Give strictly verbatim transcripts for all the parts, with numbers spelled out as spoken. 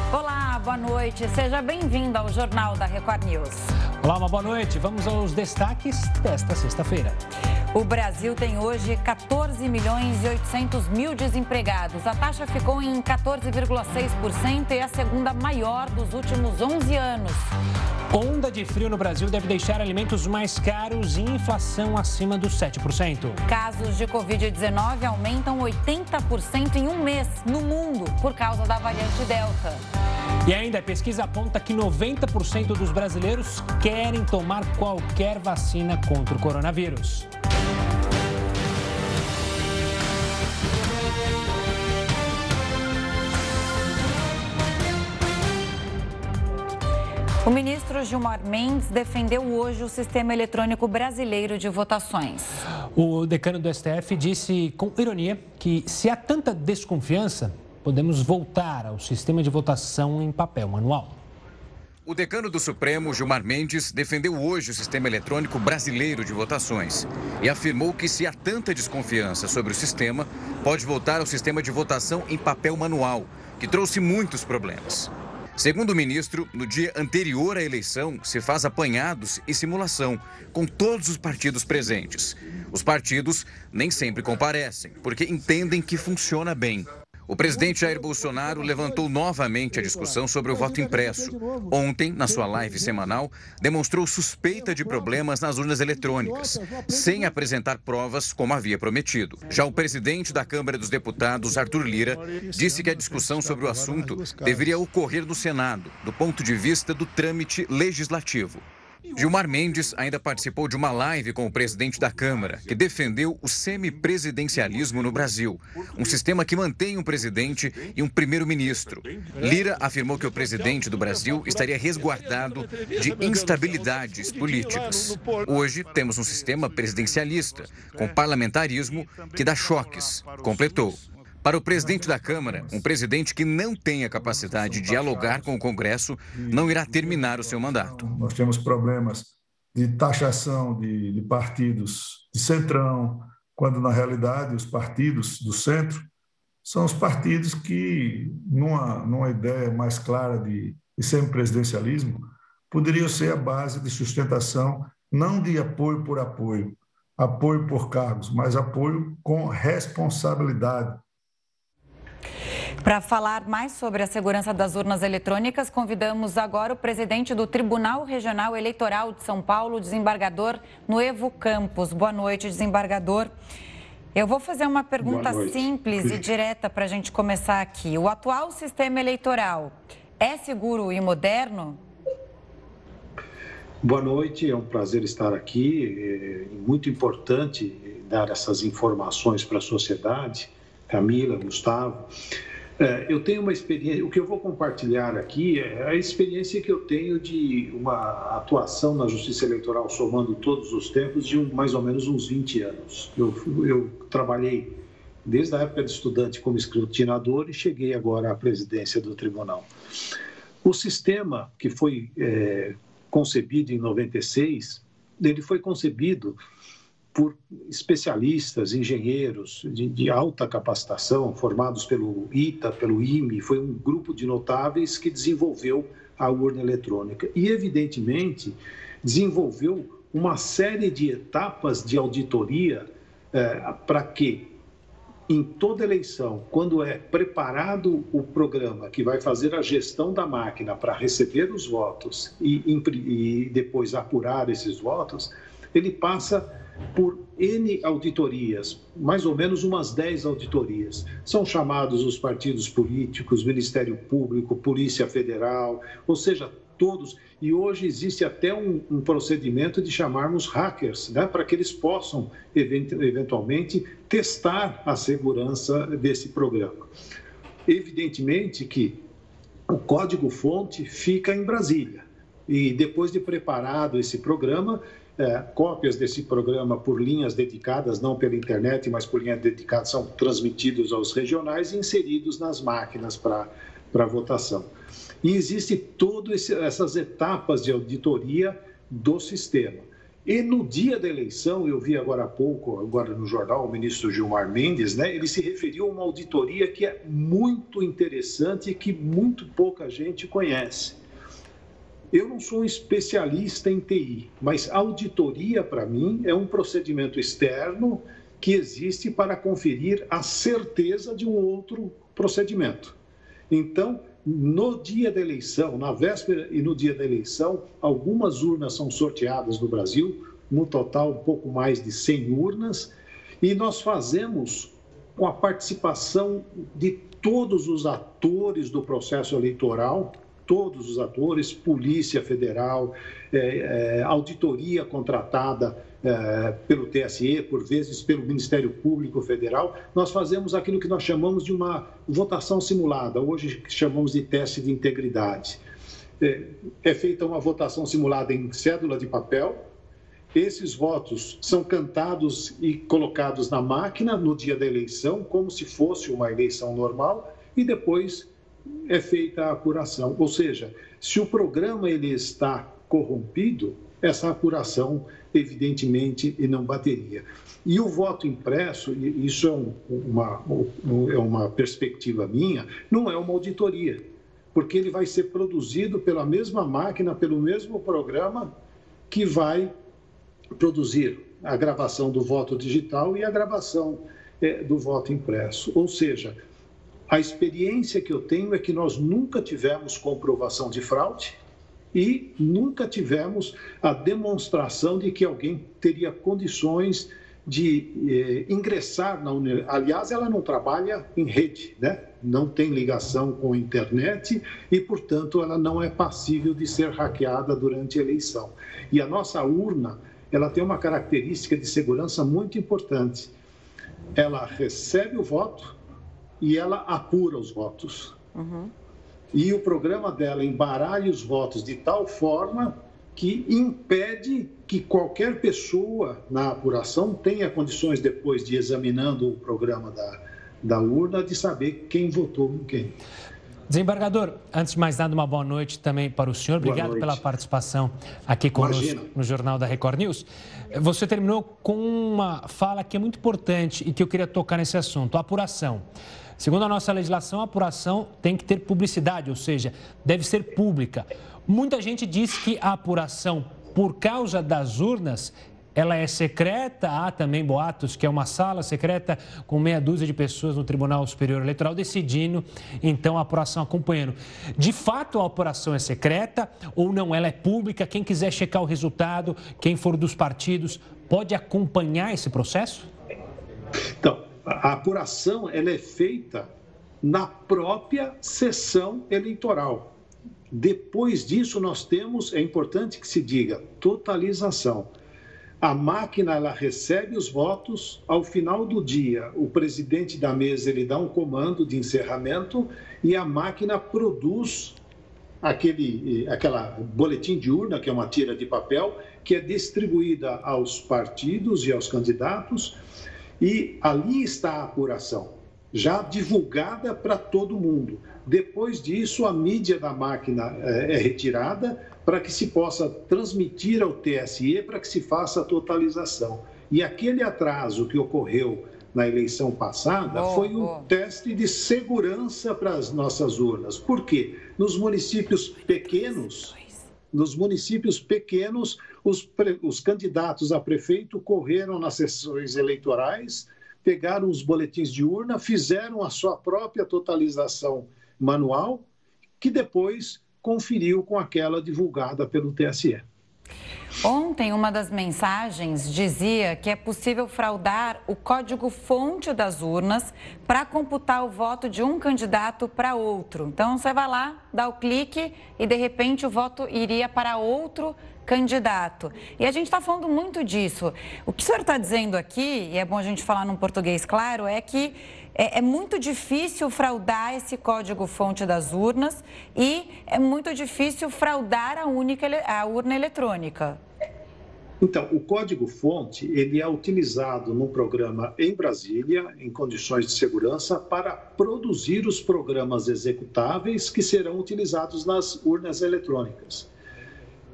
Olá, boa noite. Seja bem-vindo ao Jornal da Record News. Olá, uma boa noite. Vamos aos destaques desta sexta-feira. O Brasil tem hoje quatorze milhões e oitocentos mil desempregados. A taxa ficou em quatorze vírgula seis por cento e é a segunda maior dos últimos onze anos. Onda de frio no Brasil deve deixar alimentos mais caros e inflação acima dos sete por cento. Casos de covid dezenove aumentam oitenta por cento em um mês no mundo por causa da variante Delta. E ainda a pesquisa aponta que noventa por cento dos brasileiros querem tomar qualquer vacina contra o coronavírus. O ministro Gilmar Mendes defendeu hoje o Sistema Eletrônico Brasileiro de Votações. O decano do S T F disse com ironia que se há tanta desconfiança, podemos voltar ao sistema de votação em papel manual. O decano do Supremo, Gilmar Mendes, defendeu hoje o Sistema Eletrônico Brasileiro de Votações e afirmou que se há tanta desconfiança sobre o sistema, pode voltar ao sistema de votação em papel manual, que trouxe muitos problemas. Segundo o ministro, no dia anterior à eleição, se faz apanhados e simulação, com todos os partidos presentes. Os partidos nem sempre comparecem, porque entendem que funciona bem. O presidente Jair Bolsonaro levantou novamente a discussão sobre o voto impresso. Ontem, na sua live semanal, demonstrou suspeita de problemas nas urnas eletrônicas, sem apresentar provas como havia prometido. Já o presidente da Câmara dos Deputados, Arthur Lira, disse que a discussão sobre o assunto deveria ocorrer no Senado, do ponto de vista do trâmite legislativo. Gilmar Mendes ainda participou de uma live com o presidente da Câmara, que defendeu o semipresidencialismo no Brasil, um sistema que mantém um presidente e um primeiro-ministro. Lira afirmou que o presidente do Brasil estaria resguardado de instabilidades políticas. Hoje temos um sistema presidencialista, com parlamentarismo que dá choques, completou. Para o presidente da Câmara, um presidente que não tem a capacidade de dialogar com o Congresso não irá terminar o seu mandato. Nós temos problemas de taxação de, de partidos de centrão, quando na realidade os partidos do centro são os partidos que, numa, numa ideia mais clara de, de semipresidencialismo, poderiam ser a base de sustentação não de apoio por apoio, apoio por cargos, mas apoio com responsabilidade. Para falar mais sobre a segurança das urnas eletrônicas, convidamos agora o presidente do Tribunal Regional Eleitoral de São Paulo, o desembargador Nuevo Campos. Boa noite, desembargador. Eu vou fazer uma pergunta simples e direta para a gente começar aqui. O atual sistema eleitoral é seguro e moderno? Boa noite, é um prazer estar aqui. É muito importante dar essas informações para a sociedade. Camila, Gustavo. Eu tenho uma experiência, o que eu vou compartilhar aqui é a experiência que eu tenho de uma atuação na Justiça Eleitoral, somando todos os tempos, de um, mais ou menos uns vinte anos. Eu, eu trabalhei desde a época de estudante como escrutinador e cheguei agora à presidência do tribunal. O sistema que foi é, concebido em noventa e seis, ele foi concebido por especialistas, engenheiros de, de alta capacitação, formados pelo I T A, pelo I M E, foi um grupo de notáveis que desenvolveu a urna eletrônica. E, evidentemente, desenvolveu uma série de etapas de auditoria eh, para que, em toda eleição, quando é preparado o programa que vai fazer a gestão da máquina para receber os votos e, e depois apurar esses votos, ele passa por N auditorias, mais ou menos umas dez auditorias. São chamados os partidos políticos, Ministério Público, Polícia Federal, ou seja, todos. E hoje existe até um, um procedimento de chamarmos hackers, né, para que eles possam, eventualmente, testar a segurança desse programa. Evidentemente que o código-fonte fica em Brasília. E depois de preparado esse programa, É, cópias desse programa por linhas dedicadas, não pela internet, mas por linhas dedicadas, são transmitidos aos regionais e inseridos nas máquinas para votação. E existem todas essas etapas de auditoria do sistema. E no dia da eleição, eu vi agora há pouco, agora no jornal, o ministro Gilmar Mendes, né, ele se referiu a uma auditoria que é muito interessante e que muito pouca gente conhece. Eu não sou um especialista em T I, mas auditoria, para mim, é um procedimento externo que existe para conferir a certeza de um outro procedimento. Então, no dia da eleição, na véspera e no dia da eleição, algumas urnas são sorteadas no Brasil, no total um pouco mais de cem urnas, e nós fazemos com a participação de todos os atores do processo eleitoral, todos os atores, Polícia Federal, é, é, auditoria contratada é, pelo T S E, por vezes pelo Ministério Público Federal, nós fazemos aquilo que nós chamamos de uma votação simulada, hoje chamamos de teste de integridade. É, é feita uma votação simulada em cédula de papel, esses votos são cantados e colocados na máquina no dia da eleição, como se fosse uma eleição normal, e depois é feita a apuração. Ou seja, se o programa ele está corrompido, essa apuração, evidentemente, não bateria. E o voto impresso, isso é um, uma, é uma perspectiva minha, não é uma auditoria, porque ele vai ser produzido pela mesma máquina, pelo mesmo programa que vai produzir a gravação do voto digital e a gravação é, do voto impresso. Ou seja, a experiência que eu tenho é que nós nunca tivemos comprovação de fraude e nunca tivemos a demonstração de que alguém teria condições de eh, ingressar na universidade. Aliás, ela não trabalha em rede, né? Não tem ligação com a internet e, portanto, ela não é passível de ser hackeada durante a eleição. E a nossa urna, ela tem uma característica de segurança muito importante. Ela recebe o voto e ela apura os votos. Uhum. E o programa dela embaralha os votos de tal forma que impede que qualquer pessoa na apuração tenha condições, depois de examinando o programa da, da urna, de saber quem votou em quem. Desembargador, antes de mais nada, uma boa noite também para o senhor. Obrigado pela participação aqui conosco Imagina. no Jornal da Record News. Você terminou com uma fala que é muito importante e que eu queria tocar nesse assunto, a apuração. Segundo a nossa legislação, a apuração tem que ter publicidade, ou seja, deve ser pública. Muita gente diz que a apuração, por causa das urnas, ela é secreta. Há também boatos que é uma sala secreta com meia dúzia de pessoas no Tribunal Superior Eleitoral decidindo, então, a apuração acompanhando. De fato, a apuração é secreta ou não? Ela é pública? Quem quiser checar o resultado, quem for dos partidos, pode acompanhar esse processo? Então, a apuração ela é feita na própria sessão eleitoral. Depois disso, nós temos, é importante que se diga, totalização. A máquina ela recebe os votos, ao final do dia, o presidente da mesa ele dá um comando de encerramento e a máquina produz aquele aquela boletim de urna, que é uma tira de papel, que é distribuída aos partidos e aos candidatos. E ali está a apuração, já divulgada para todo mundo. Depois disso, a mídia da máquina é retirada para que se possa transmitir ao T S E para que se faça a totalização. E aquele atraso que ocorreu na eleição passada oh, foi um oh. teste de segurança para as nossas urnas. Por quê? Nos municípios pequenos... Nos municípios pequenos, os, pre... os candidatos a prefeito correram nas sessões eleitorais, pegaram os boletins de urna, fizeram a sua própria totalização manual, que depois conferiu com aquela divulgada pelo T S E. Ontem, uma das mensagens dizia que é possível fraudar o código-fonte das urnas para computar o voto de um candidato para outro. Então, você vai lá, dá o clique e, de repente, o voto iria para outro candidato. E a gente está falando muito disso. O que o senhor está dizendo aqui, e é bom a gente falar num português claro, é que é, é muito difícil fraudar esse código-fonte das urnas e é muito difícil fraudar a, única, a urna eletrônica. Então, o código-fonte ele é utilizado no programa em Brasília, em condições de segurança, para produzir os programas executáveis que serão utilizados nas urnas eletrônicas.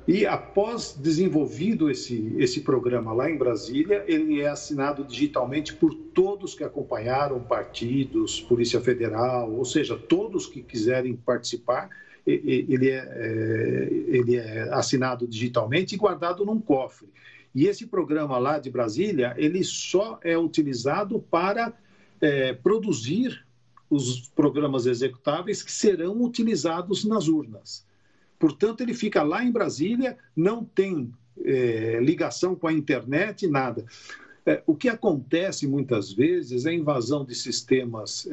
E após desenvolvido esse, esse programa lá em Brasília, ele é assinado digitalmente por todos que acompanharam, partidos, Polícia Federal, ou seja, todos que quiserem participar, ele é, ele é assinado digitalmente e guardado num cofre. E esse programa lá de Brasília, ele só é utilizado para é, produzir os programas executáveis que serão utilizados nas urnas. Portanto, ele fica lá em Brasília, não tem é, ligação com a internet, nada. É, o que acontece muitas vezes é a invasão de sistemas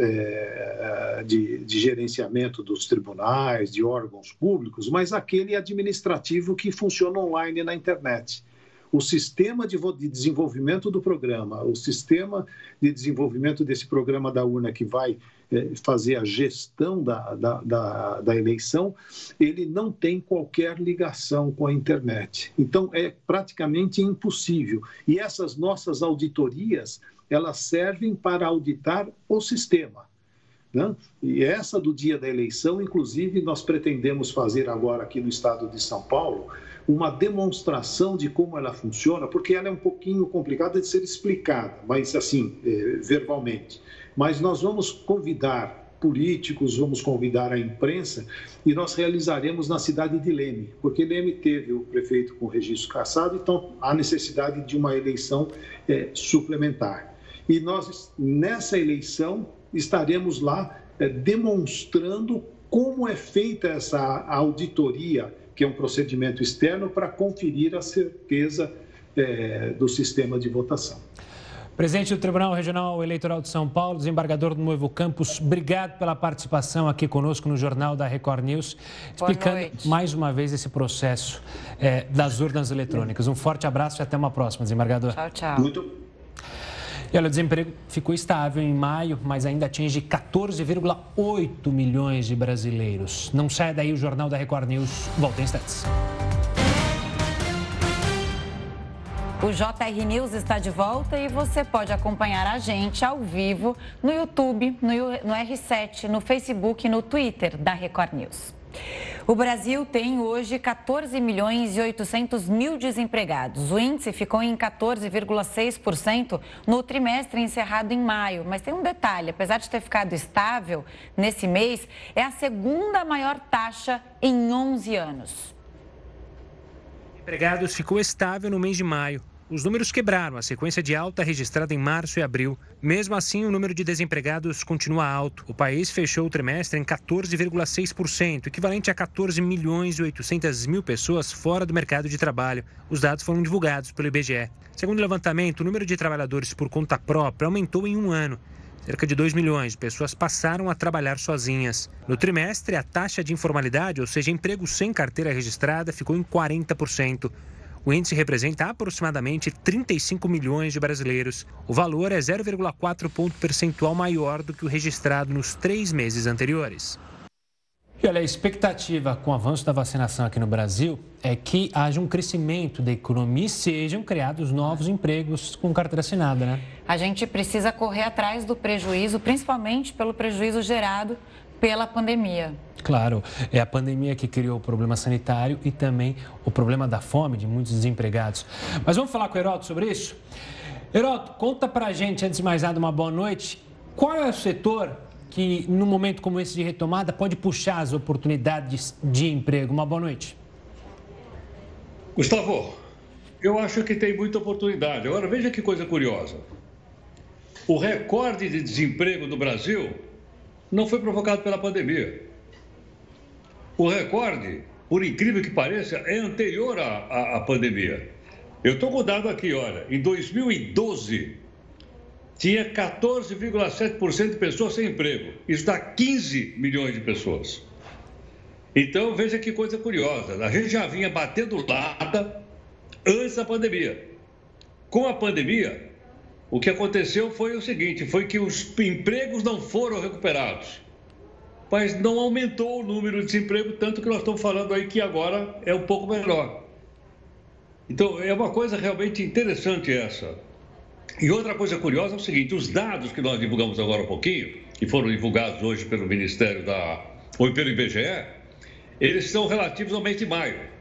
é, de, de gerenciamento dos tribunais, de órgãos públicos, mas aquele administrativo que funciona online na internet. O sistema de, de desenvolvimento do programa, o sistema de desenvolvimento desse programa da urna que vai é, fazer a gestão da, da, da, da eleição, ele não tem qualquer ligação com a internet. Então, é praticamente impossível. E essas nossas auditorias, elas servem para auditar o sistema. Né? E essa do dia da eleição, inclusive, nós pretendemos fazer agora aqui no estado de São Paulo, uma demonstração de como ela funciona, porque ela é um pouquinho complicada de ser explicada, mas assim, é, verbalmente. Mas nós vamos convidar políticos, vamos convidar a imprensa e nós realizaremos na cidade de Leme, porque Leme teve o prefeito com registro cassado, então há necessidade de uma eleição é, suplementar. E nós, nessa eleição, estaremos lá é, demonstrando como é feita essa auditoria, que é um procedimento externo para conferir a certeza é, do sistema de votação. Presidente do Tribunal Regional Eleitoral de São Paulo, desembargador do Novo Campos, obrigado pela participação aqui conosco no Jornal da Record News, explicando mais uma vez esse processo é, das urnas eletrônicas. Um forte abraço e até uma próxima, desembargador. Tchau, tchau. Muito E olha, o desemprego ficou estável em maio, mas ainda atinge quatorze vírgula oito milhões de brasileiros. Não saia daí, o Jornal da Record News volta em instantes. O J R News está de volta e você pode acompanhar a gente ao vivo no YouTube, no R sete, no Facebook e no Twitter da Record News. O Brasil tem hoje quatorze milhões e oitocentos mil desempregados. O índice ficou em quatorze vírgula seis por cento no trimestre encerrado em maio. Mas tem um detalhe, apesar de ter ficado estável nesse mês, é a segunda maior taxa em onze anos. Empregados ficou estável no mês de maio. Os números quebraram a sequência de alta registrada em março e abril. Mesmo assim, o número de desempregados continua alto. O país fechou o trimestre em quatorze vírgula seis por cento, equivalente a quatorze milhões e oitocentas mil pessoas fora do mercado de trabalho. Os dados foram divulgados pelo I B G E. Segundo o levantamento, o número de trabalhadores por conta própria aumentou em um ano. Cerca de dois milhões de pessoas passaram a trabalhar sozinhas. No trimestre, a taxa de informalidade, ou seja, emprego sem carteira registrada, ficou em quarenta por cento. O índice representa aproximadamente trinta e cinco milhões de brasileiros. O valor é zero vírgula quatro ponto percentual maior do que o registrado nos três meses anteriores. E olha, a expectativa com o avanço da vacinação aqui no Brasil é que haja um crescimento da economia e sejam criados novos empregos com carteira assinada, né? A gente precisa correr atrás do prejuízo, principalmente pelo prejuízo gerado pela pandemia. Claro, é a pandemia que criou o problema sanitário e também o problema da fome de muitos desempregados. Mas vamos falar com o Heródoto sobre isso? Heródoto, conta pra gente, antes de mais nada, uma boa noite. Qual é o setor que, num momento como esse de retomada, pode puxar as oportunidades de emprego? Uma boa noite. Gustavo, eu acho que tem muita oportunidade. Agora, veja que coisa curiosa. O recorde de desemprego no Brasil não foi provocado pela pandemia. O recorde, por incrível que pareça, é anterior à, à, à pandemia. Eu estou com o dado aqui, olha, em dois mil e doze, tinha quatorze vírgula sete por cento de pessoas sem emprego. Isso dá quinze milhões de pessoas. Então, veja que coisa curiosa. A gente já vinha batendo lata antes da pandemia. Com a pandemia, o que aconteceu foi o seguinte, foi que os empregos não foram recuperados, mas não aumentou o número de desemprego, tanto que nós estamos falando aí que agora é um pouco menor. Então, é uma coisa realmente interessante essa. E outra coisa curiosa é o seguinte, os dados que nós divulgamos agora há um pouquinho, que foram divulgados hoje pelo Ministério da... ou pelo I B G E, eles são relativos ao mês de maio.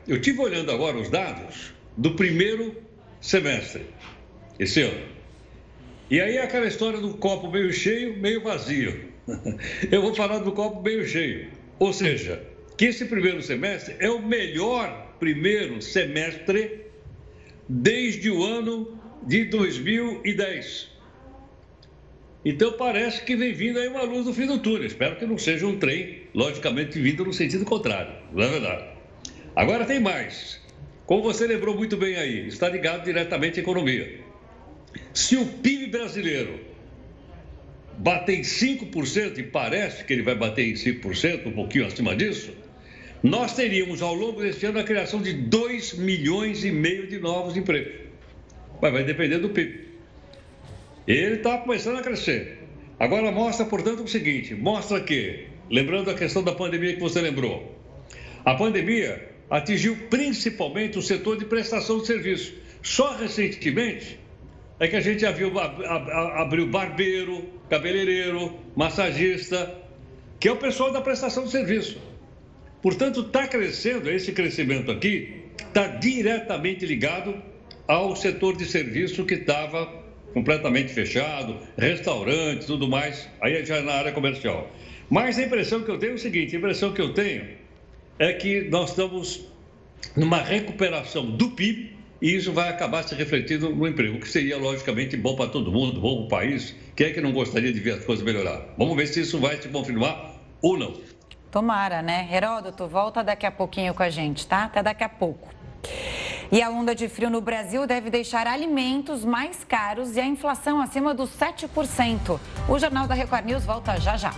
eu estive olhando agora os dados do primeiro semestre, esse ano. E aí é aquela história do copo meio cheio, meio vazio. Eu vou falar do copo meio cheio. Ou seja, que esse primeiro semestre é o melhor primeiro semestre desde o ano de dois mil e dez. Então parece que vem vindo aí uma luz no fim do túnel. Espero que não seja um trem, logicamente, vindo no sentido contrário. Não é verdade? Agora tem mais. Como você lembrou muito bem aí, está ligado diretamente à economia. Se o P I B brasileiro bater em cinco por cento, e parece que ele vai bater em cinco por cento, um pouquinho acima disso, nós teríamos ao longo deste ano a criação de dois milhões e meio de novos empregos. Mas vai depender do P I B. Ele está começando a crescer. Agora mostra, portanto, o seguinte, mostra que, lembrando a questão da pandemia que você lembrou, a pandemia atingiu principalmente o setor de prestação de serviço. Só recentemente é que a gente já viu, abriu barbeiro, cabeleireiro, massagista, que é o pessoal da prestação de serviço. Portanto, está crescendo, esse crescimento aqui está diretamente ligado ao setor de serviço que estava completamente fechado, restaurantes, tudo mais, aí já na área comercial. Mas a impressão que eu tenho é o seguinte, a impressão que eu tenho é que nós estamos numa recuperação do P I B e isso vai acabar se refletindo no emprego, que seria logicamente bom para todo mundo, bom para o país. Quem é que não gostaria de ver as coisas melhorar? Vamos ver se isso vai se confirmar ou não. Tomara, né? Heródoto, volta daqui a pouquinho com a gente, tá? Até daqui a pouco. E a onda de frio no Brasil deve deixar alimentos mais caros e a inflação acima dos sete por cento. O Jornal da Record News volta já já.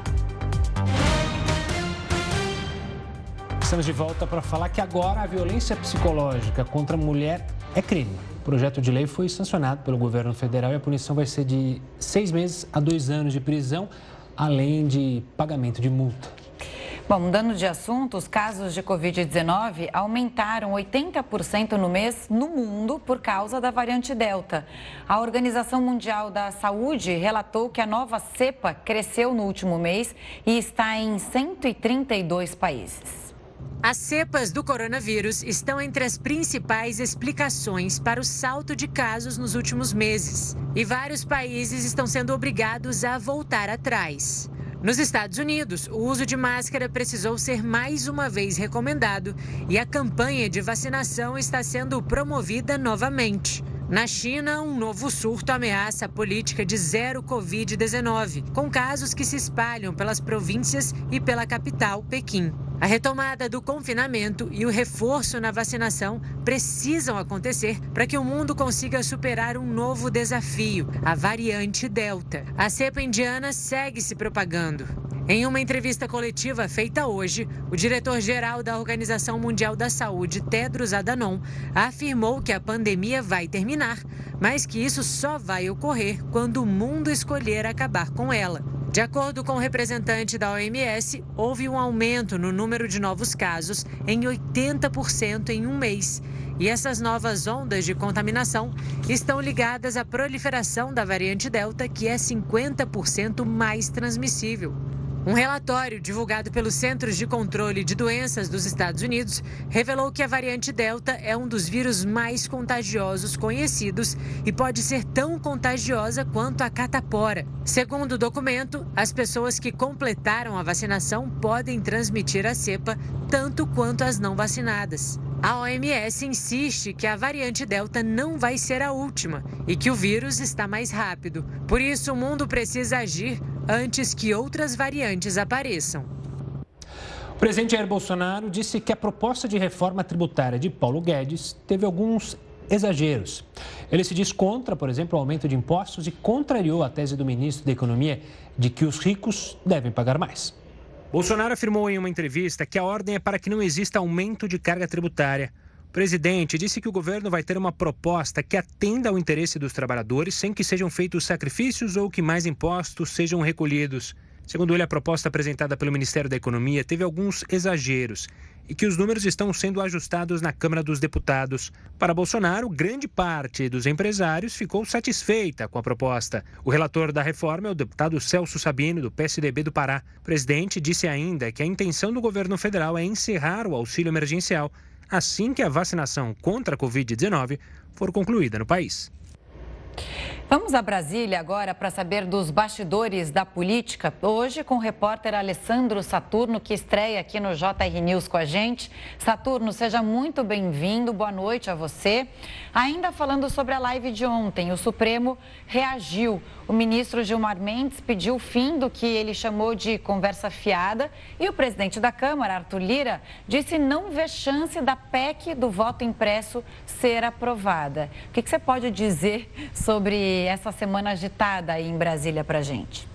Estamos de volta para falar que agora a violência psicológica contra a mulher é crime. O projeto de lei foi sancionado pelo governo federal e a punição vai ser de seis meses a dois anos de prisão, além de pagamento de multa. Bom, mudando de assunto, os casos de covid dezenove aumentaram oitenta por cento no mês no mundo por causa da variante Delta. A Organização Mundial da Saúde relatou que a nova cepa cresceu no último mês e está em cento e trinta e dois países. As cepas do coronavírus estão entre as principais explicações para o salto de casos nos últimos meses. E vários países estão sendo obrigados a voltar atrás. Nos Estados Unidos, o uso de máscara precisou ser mais uma vez recomendado e a campanha de vacinação está sendo promovida novamente. Na China, um novo surto ameaça a política de zero covid dezenove, com casos que se espalham pelas províncias e pela capital, Pequim. A retomada do confinamento e o reforço na vacinação precisam acontecer para que o mundo consiga superar um novo desafio, a variante Delta. A cepa indiana segue se propagando. Em uma entrevista coletiva feita hoje, o diretor-geral da Organização Mundial da Saúde, Tedros Adhanom, afirmou que a pandemia vai terminar, mas que isso só vai ocorrer quando o mundo escolher acabar com ela. De acordo com o representante da O M S, houve um aumento no número de novos casos em oitenta por cento em um mês. E essas novas ondas de contaminação estão ligadas à proliferação da variante Delta, que é cinquenta por cento mais transmissível. Um relatório divulgado pelos Centros de Controle de Doenças dos Estados Unidos revelou que a variante Delta é um dos vírus mais contagiosos conhecidos e pode ser tão contagiosa quanto a catapora. Segundo o documento, as pessoas que completaram a vacinação podem transmitir a cepa tanto quanto as não vacinadas. A O M S insiste que a variante Delta não vai ser a última e que o vírus está mais rápido. Por isso, o mundo precisa agir antes que outras variantes apareçam. O presidente Jair Bolsonaro disse que a proposta de reforma tributária de Paulo Guedes teve alguns exageros. Ele se diz contra, por exemplo, o aumento de impostos e contrariou a tese do ministro da Economia de que os ricos devem pagar mais. Bolsonaro afirmou em uma entrevista que a ordem é para que não exista aumento de carga tributária. O presidente disse que o governo vai ter uma proposta que atenda ao interesse dos trabalhadores sem que sejam feitos sacrifícios ou que mais impostos sejam recolhidos. Segundo ele, a proposta apresentada pelo Ministério da Economia teve alguns exageros e que os números estão sendo ajustados na Câmara dos Deputados. Para Bolsonaro, grande parte dos empresários ficou satisfeita com a proposta. O relator da reforma é o deputado Celso Sabino, do P S D B do Pará. O presidente disse ainda que a intenção do governo federal é encerrar o auxílio emergencial assim que a vacinação contra a covid dezenove for concluída no país. Vamos a Brasília agora para saber dos bastidores da política. Hoje com o repórter Alessandro Saturno, que estreia aqui no J R News com a gente. Saturno, seja muito bem-vindo, boa noite a você. Ainda falando sobre a live de ontem, o Supremo reagiu. O ministro Gilmar Mendes pediu o fim do que ele chamou de conversa fiada e o presidente da Câmara, Arthur Lira, disse não ver chance da P E C do voto impresso ser aprovada. O que você pode dizer sobre essa semana agitada aí em Brasília para a gente?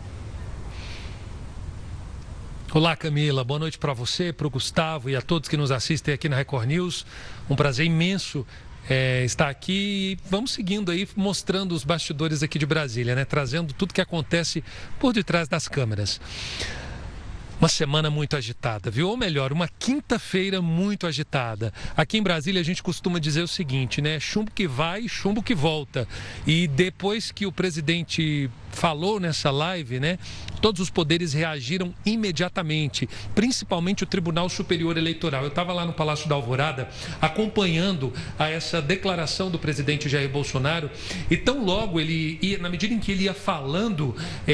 Olá, Camila. Boa noite para você, para o Gustavo e a todos que nos assistem aqui na Record News. Um prazer imenso é, estar aqui e vamos seguindo aí, mostrando os bastidores aqui de Brasília, né? Trazendo tudo que acontece por detrás das câmeras. Uma semana muito agitada, viu? Ou melhor, uma quinta-feira muito agitada. Aqui em Brasília a gente costuma dizer o seguinte, né? Chumbo que vai, chumbo que volta. E depois que o presidente falou nessa live, né? Todos os poderes reagiram imediatamente, principalmente o Tribunal Superior Eleitoral. Eu estava lá no Palácio da Alvorada acompanhando a essa declaração do presidente Jair Bolsonaro e tão logo ele ia, na medida em que ele ia falando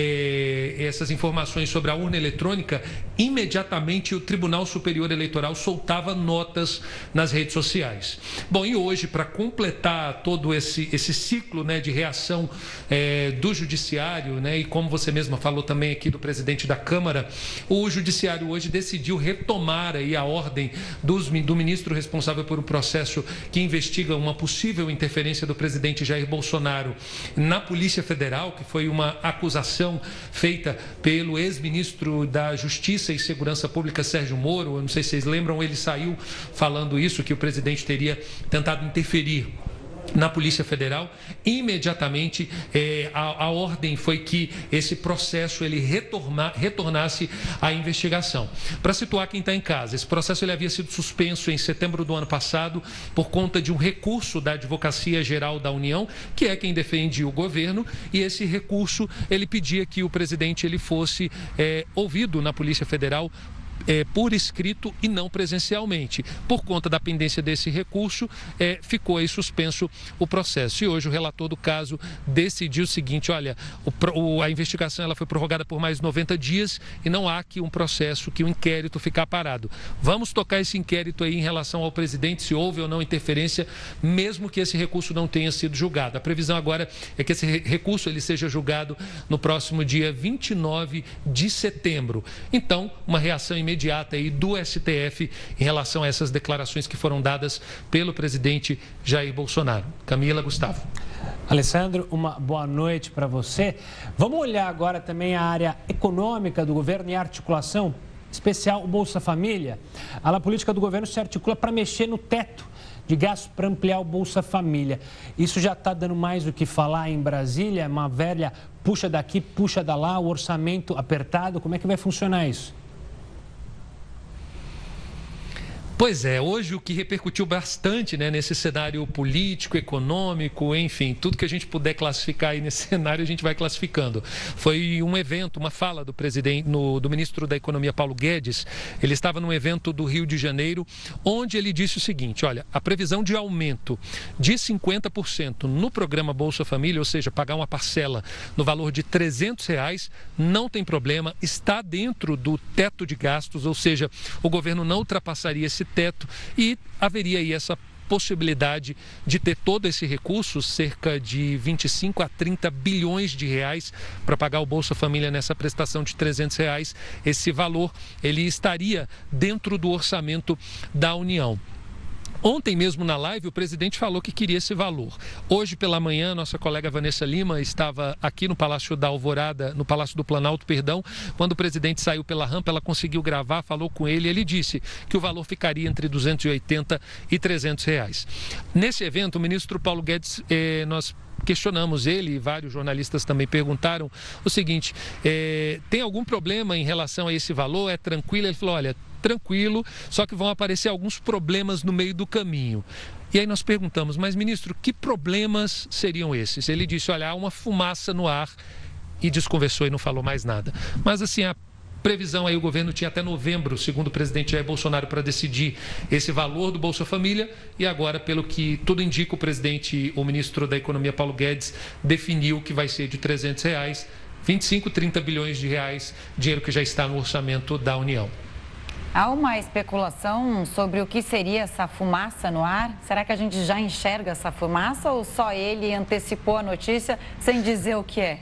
eh, essas informações sobre a urna eletrônica, imediatamente o Tribunal Superior Eleitoral soltava notas nas redes sociais. Bom, e hoje, para completar todo esse, esse ciclo, né, de reação eh, do Judiciário, né, e como você mesma falou também aqui do presidente da Câmara, o Judiciário hoje decidiu retomar aí a ordem dos, do ministro responsável por um processo que investiga uma possível interferência do presidente Jair Bolsonaro na Polícia Federal, que foi uma acusação feita pelo ex-ministro da Justiça Justiça e Segurança Pública, Sérgio Moro. Eu não sei se vocês lembram, ele saiu falando isso, que o presidente teria tentado interferir na Polícia Federal. Imediatamente eh, a, a ordem foi que esse processo ele retorna, retornasse à investigação. Para situar quem está em casa, esse processo ele havia sido suspenso em setembro do ano passado por conta de um recurso da Advocacia Geral da União, que é quem defende o governo, e esse recurso ele pedia que o presidente ele fosse eh, ouvido na Polícia Federal É, por escrito e não presencialmente. Por conta da pendência desse recurso, é, ficou aí suspenso o processo. E hoje o relator do caso decidiu o seguinte, olha, o, o, a investigação ela foi prorrogada por mais noventa dias e não há que um processo, que um inquérito ficar parado. Vamos tocar esse inquérito aí em relação ao presidente, se houve ou não interferência, mesmo que esse recurso não tenha sido julgado. A previsão agora é que esse recurso ele seja julgado no próximo dia vinte e nove de setembro. Então, uma reação imediata imediata aí do S T F em relação a essas declarações que foram dadas pelo presidente Jair Bolsonaro. Camila, Gustavo. Alessandro, uma boa noite para você. Vamos olhar agora também a área econômica do governo e a articulação, especial o Bolsa Família. A política do governo se articula para mexer no teto de gastos para ampliar o Bolsa Família. Isso já está dando mais do que falar em Brasília, uma velha puxa daqui, puxa da lá, o orçamento apertado. Como é que vai funcionar isso? Pois é, hoje o que repercutiu bastante, né, nesse cenário político, econômico, enfim, tudo que a gente puder classificar aí nesse cenário a gente vai classificando. Foi um evento, uma fala do presidente, no, do ministro da Economia, Paulo Guedes. Ele estava num evento do Rio de Janeiro, onde ele disse o seguinte, olha, a previsão de aumento de cinquenta por cento no programa Bolsa Família, ou seja, pagar uma parcela no valor de trezentos reais, não tem problema, está dentro do teto de gastos, ou seja, o governo não ultrapassaria esse teto e haveria aí essa possibilidade de ter todo esse recurso, cerca de vinte e cinco a trinta bilhões de reais para pagar o Bolsa Família nessa prestação de trezentos reais. Esse valor ele estaria dentro do orçamento da União. Ontem mesmo na live o presidente falou que queria esse valor. Hoje pela manhã nossa colega Vanessa Lima estava aqui no Palácio da Alvorada, no Palácio do Planalto, perdão, quando o presidente saiu pela rampa, ela conseguiu gravar, falou com ele, ele disse que o valor ficaria entre duzentos e oitenta e trezentos reais. Nesse evento o ministro Paulo Guedes, eh, nós questionamos ele e vários jornalistas também perguntaram o seguinte, eh, tem algum problema em relação a esse valor? É tranquilo? Ele falou, olha, tranquilo, só que vão aparecer alguns problemas no meio do caminho. E aí nós perguntamos, mas ministro, que problemas seriam esses? Ele disse, olha, há uma fumaça no ar e desconversou e não falou mais nada. Mas assim, a previsão aí, o governo tinha até novembro, segundo o presidente Jair Bolsonaro, para decidir esse valor do Bolsa Família, e agora, pelo que tudo indica, o presidente, o ministro da Economia, Paulo Guedes, definiu que vai ser de trezentos reais, vinte e cinco, trinta bilhões de reais, dinheiro que já está no orçamento da União. Há uma especulação sobre o que seria essa fumaça no ar? Será que a gente já enxerga essa fumaça ou só ele antecipou a notícia sem dizer o que é?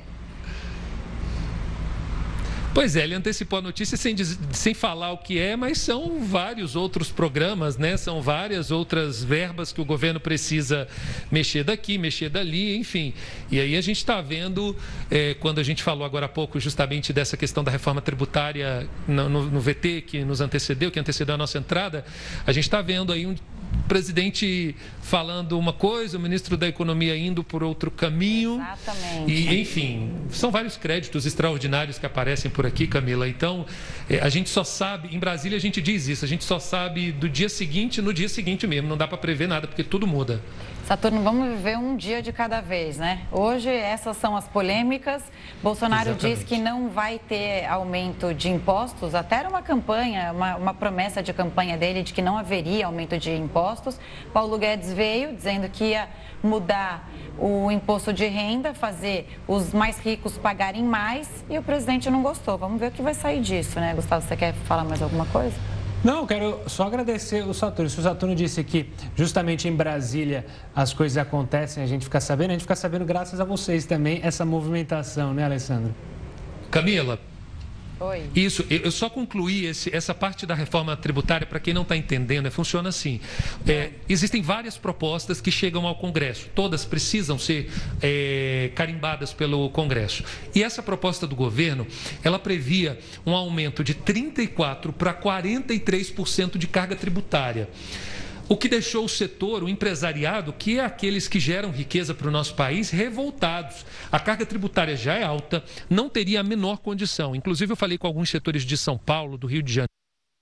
Pois é, ele antecipou a notícia sem, sem falar o que é, mas são vários outros programas, né? São várias outras verbas que o governo precisa mexer daqui, mexer dali, enfim. E aí a gente está vendo, é, quando a gente falou agora há pouco justamente dessa questão da reforma tributária no, no, no V T que nos antecedeu, que antecedeu a nossa entrada, a gente está vendo aí um presidente falando uma coisa, o ministro da Economia indo por outro caminho. Exatamente. E, enfim, são vários créditos extraordinários que aparecem por aqui, Camila. Então, a gente só sabe, em Brasília a gente diz isso, a gente só sabe do dia seguinte no dia seguinte mesmo, não dá para prever nada, porque tudo muda. Saturno, vamos viver um dia de cada vez, né? Hoje, essas são as polêmicas. Bolsonaro Exatamente. Diz que não vai ter aumento de impostos. Até era uma campanha, uma, uma promessa de campanha dele de que não haveria aumento de impostos. Paulo Guedes veio dizendo que ia mudar o imposto de renda, fazer os mais ricos pagarem mais, e o presidente não gostou. Vamos ver o que vai sair disso, né? Gustavo, você quer falar mais alguma coisa? Não, quero só agradecer o Saturno. Se o Saturno disse que justamente em Brasília as coisas acontecem, a gente fica sabendo, a gente fica sabendo graças a vocês também, essa movimentação, né, Alessandro? Camila. Oi. Isso, eu só concluí esse, essa parte da reforma tributária, para quem não está entendendo, é, funciona assim. É, existem várias propostas que chegam ao Congresso, todas precisam ser é, carimbadas pelo Congresso. E essa proposta do governo, ela previa um aumento de trinta e quatro por cento para quarenta e três por cento de carga tributária. O que deixou o setor, o empresariado, que é aqueles que geram riqueza para o nosso país, revoltados. A carga tributária já é alta, não teria a menor condição. Inclusive, eu falei com alguns setores de São Paulo, do Rio de Janeiro.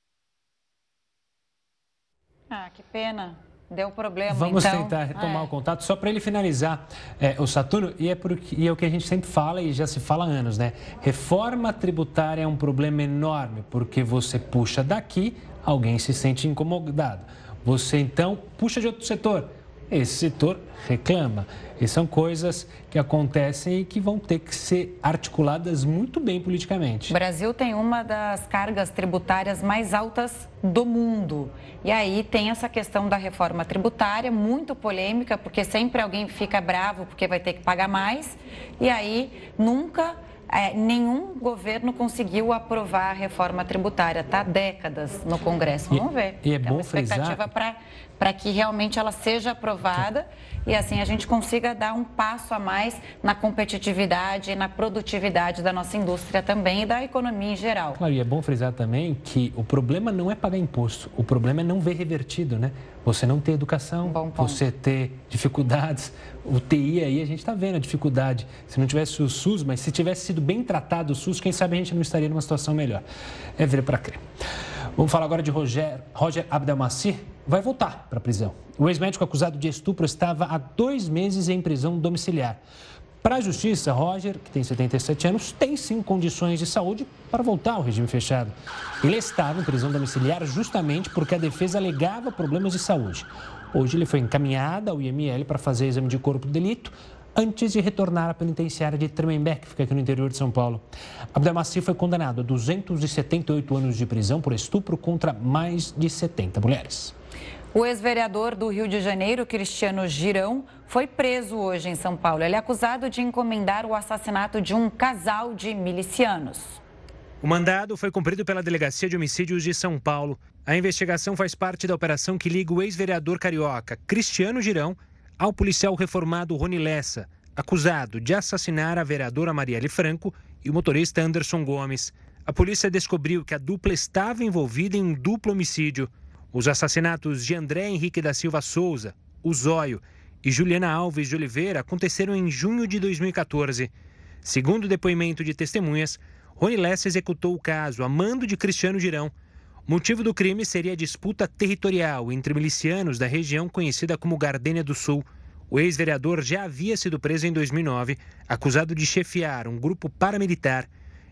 Ah, que pena. Deu problema, Vamos então. tentar retomar é. o contato, só para ele finalizar é, o Saturno, e é, porque, e é o que a gente sempre fala e já se fala há anos, né? Reforma tributária é um problema enorme, porque você puxa daqui, alguém se sente incomodado. Você, então, puxa de outro setor. Esse setor reclama. E são coisas que acontecem e que vão ter que ser articuladas muito bem politicamente. O Brasil tem uma das cargas tributárias mais altas do mundo. E aí tem essa questão da reforma tributária, muito polêmica, porque sempre alguém fica bravo porque vai ter que pagar mais. E aí nunca... É, nenhum governo conseguiu aprovar a reforma tributária, está há décadas no Congresso. Vamos ver. E, e é bom uma expectativa frisar... para que realmente ela seja aprovada e assim a gente consiga dar um passo a mais na competitividade e na produtividade da nossa indústria também e da economia em geral. Claro, e é bom frisar também que o problema não é pagar imposto, o problema é não ver revertido, né? Você não ter educação, você ter dificuldades. O T I aí, a gente está vendo a dificuldade. Se não tivesse o SUS, mas se tivesse sido bem tratado o SUS, quem sabe a gente não estaria numa situação melhor. É ver para crer. Vamos falar agora de Roger, Roger Abdelmacir. Vai voltar para a prisão. O ex-médico acusado de estupro estava há dois meses em prisão domiciliar. Para a justiça, Roger, que tem setenta e sete anos, tem sim condições de saúde para voltar ao regime fechado. Ele estava em prisão domiciliar justamente porque a defesa alegava problemas de saúde. Hoje ele foi encaminhado ao I M L para fazer exame de corpo de delito antes de retornar à penitenciária de Tremembé, que fica aqui no interior de São Paulo. Abdelmacir foi condenado a duzentos e setenta e oito anos de prisão por estupro contra mais de setenta mulheres. O ex-vereador do Rio de Janeiro, Cristiano Girão, foi preso hoje em São Paulo. Ele é acusado de encomendar o assassinato de um casal de milicianos. O mandado foi cumprido pela Delegacia de Homicídios de São Paulo. A investigação faz parte da operação que liga o ex-vereador carioca Cristiano Girão ao policial reformado Rony Lessa, acusado de assassinar a vereadora Marielle Franco e o motorista Anderson Gomes. A polícia descobriu que a dupla estava envolvida em um duplo homicídio. Os assassinatos de André Henrique da Silva Souza, o Zóio, e Juliana Alves de Oliveira aconteceram em junho de dois mil e quatorze. Segundo o depoimento de testemunhas, Rony Lessa executou o caso a mando de Cristiano Girão. O motivo do crime seria a disputa territorial entre milicianos da região conhecida como Gardênia do Sul. O ex-vereador já havia sido preso em dois mil e nove, acusado de chefiar um grupo paramilitar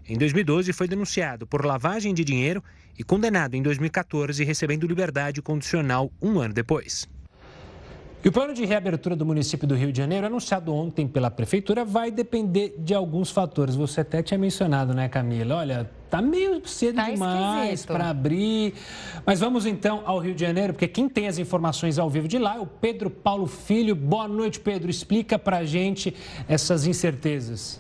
Em dois mil e doze, foi denunciado por lavagem de dinheiro e condenado em dois mil e quatorze, recebendo liberdade condicional um ano depois. E o plano de reabertura do município do Rio de Janeiro, anunciado ontem pela Prefeitura, vai depender de alguns fatores. Você até tinha mencionado, né, Camila? Olha, tá meio cedo tá demais para abrir. Mas vamos então ao Rio de Janeiro, porque quem tem as informações ao vivo de lá é o Pedro Paulo Filho. Boa noite, Pedro. Explica pra gente essas incertezas.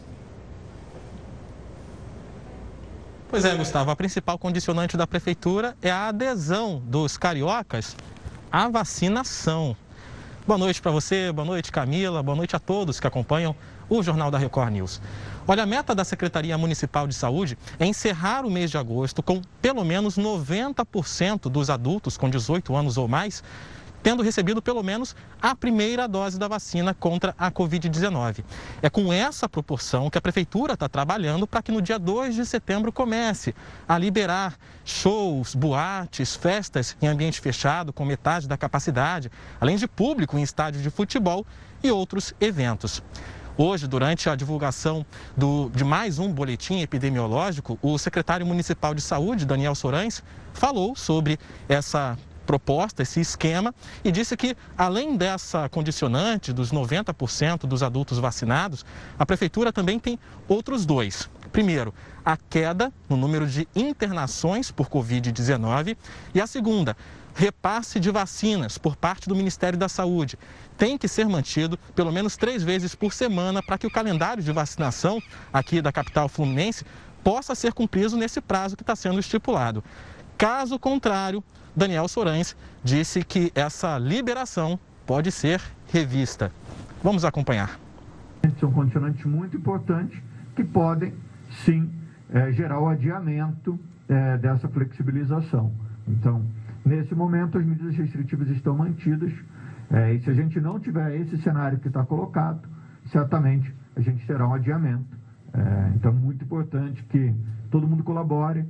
Pois é, Gustavo, a principal condicionante da Prefeitura é a adesão dos cariocas à vacinação. Boa noite para você, boa noite Camila, boa noite a todos que acompanham o Jornal da Record News. Olha, a meta da Secretaria Municipal de Saúde é encerrar o mês de agosto com pelo menos noventa por cento dos adultos com dezoito anos ou mais tendo recebido pelo menos a primeira dose da vacina contra a covid dezenove. É com essa proporção que a Prefeitura está trabalhando para que no dia dois de setembro comece a liberar shows, boates, festas em ambiente fechado com metade da capacidade, além de público em estádios de futebol e outros eventos. Hoje, durante a divulgação do, de mais um boletim epidemiológico, o secretário municipal de saúde, Daniel Sorães, falou sobre essa proposta, esse esquema, e disse que, além dessa condicionante dos noventa por cento dos adultos vacinados, a Prefeitura também tem outros dois. Primeiro, a queda no número de internações por covid dezenove e a segunda, repasse de vacinas por parte do Ministério da Saúde. Tem que ser mantido pelo menos três vezes por semana para que o calendário de vacinação aqui da capital fluminense possa ser cumprido nesse prazo que está sendo estipulado. Caso contrário, Daniel Sorães disse que essa liberação pode ser revista. Vamos acompanhar. São condicionantes muito importantes que podem, sim, é, gerar o adiamento é, dessa flexibilização. Então, nesse momento, as medidas restritivas estão mantidas é, e se a gente não tiver esse cenário que está colocado, certamente a gente terá um adiamento. É, então, muito importante que todo mundo colabore.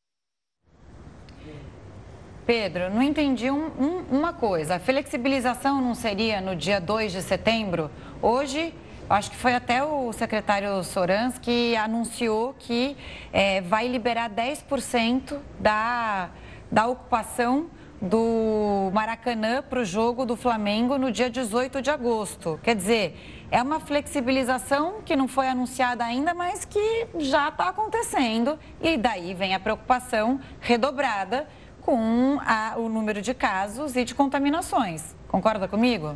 Pedro, não entendi um, um, uma coisa. A flexibilização não seria no dia dois de setembro? Hoje, acho que foi até o secretário Sorães que anunciou que é, vai liberar dez por cento da, da ocupação do Maracanã para o jogo do Flamengo no dia dezoito de agosto. Quer dizer, é uma flexibilização que não foi anunciada ainda, mas que já está acontecendo. E daí vem a preocupação redobrada com a, o número de casos e de contaminações. Concorda comigo?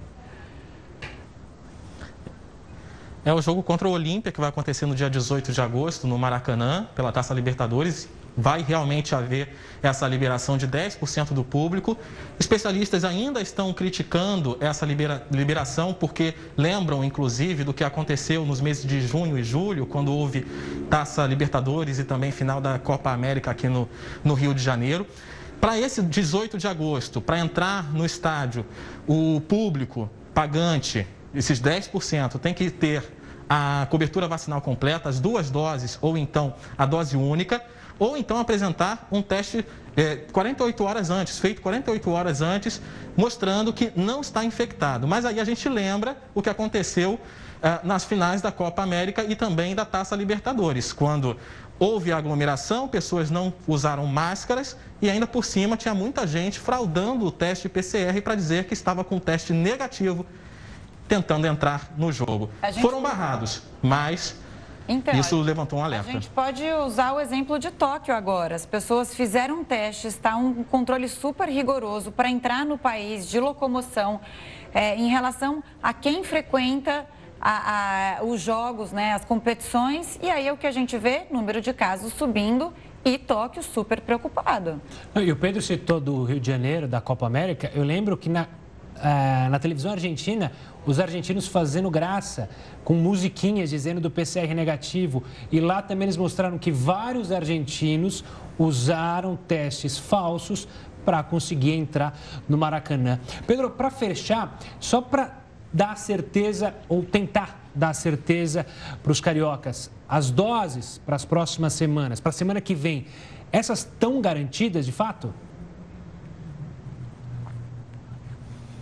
É o jogo contra o Olímpia, que vai acontecer no dia dezoito de agosto, no Maracanã, pela Taça Libertadores. Vai realmente haver essa liberação de dez por cento do público. Especialistas ainda estão criticando essa libera, liberação, porque lembram, inclusive, do que aconteceu nos meses de junho e julho, quando houve Taça Libertadores e também final da Copa América aqui no, no Rio de Janeiro. Para esse dezoito de agosto, para entrar no estádio, o público pagante, esses dez por cento, tem que ter a cobertura vacinal completa, as duas doses, ou então a dose única, ou então apresentar um teste é, quarenta e oito horas antes, feito quarenta e oito horas antes, mostrando que não está infectado. Mas aí a gente lembra o que aconteceu é, nas finais da Copa América e também da Taça Libertadores, quando houve aglomeração, pessoas não usaram máscaras e ainda por cima tinha muita gente fraudando o teste P C R para dizer que estava com teste negativo tentando entrar no jogo. Gente... Foram barrados, mas então, isso levantou um alerta. A gente pode usar o exemplo de Tóquio agora. As pessoas fizeram um teste, está um controle super rigoroso para entrar no país de locomoção é, em relação a quem frequenta A, a, os jogos, né, as competições, e aí é o que a gente vê, número de casos subindo e Tóquio super preocupado. E o Pedro citou do Rio de Janeiro, da Copa América. Eu lembro que na, uh, na televisão argentina, os argentinos fazendo graça, com musiquinhas dizendo do P C R negativo, e lá também eles mostraram que vários argentinos usaram testes falsos para conseguir entrar no Maracanã. Pedro, para fechar, só para dar certeza, ou tentar dar certeza para os cariocas, as doses para as próximas semanas, para a semana que vem, essas estão garantidas de fato?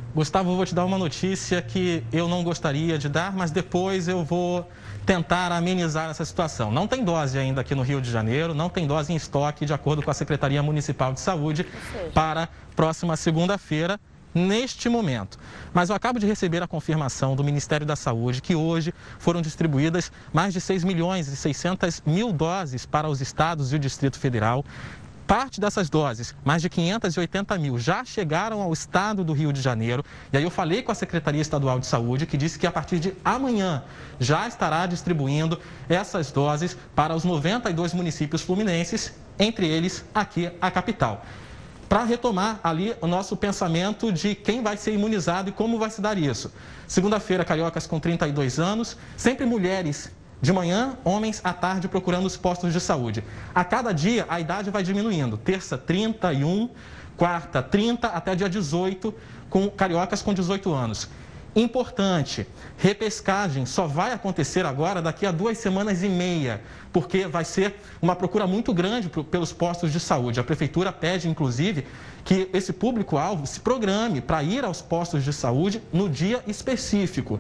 Gustavo, eu vou te dar uma notícia que eu não gostaria de dar, mas depois eu vou tentar amenizar essa situação. Não tem dose ainda aqui no Rio de Janeiro, não tem dose em estoque, de acordo com a Secretaria Municipal de Saúde, para a próxima segunda-feira, neste momento. Mas eu acabo de receber a confirmação do Ministério da Saúde que hoje foram distribuídas mais de seis milhões e seiscentas mil doses para os estados e o Distrito Federal. Parte dessas doses, mais de quinhentas e oitenta mil, já chegaram ao estado do Rio de Janeiro. E aí eu falei com a Secretaria Estadual de Saúde, que disse que a partir de amanhã já estará distribuindo essas doses para os noventa e dois municípios fluminenses, entre eles aqui a capital. Para retomar ali o nosso pensamento de quem vai ser imunizado e como vai se dar isso. Segunda-feira, cariocas com trinta e dois anos, sempre mulheres de manhã, homens à tarde procurando os postos de saúde. A cada dia a idade vai diminuindo. Terça, trinta e um, quarta, trinta, até dia dezoito, com cariocas com dezoito anos. Importante, repescagem só vai acontecer agora daqui a duas semanas e meia, porque vai ser uma procura muito grande pelos postos de saúde. A Prefeitura pede, inclusive, que esse público-alvo se programe para ir aos postos de saúde no dia específico.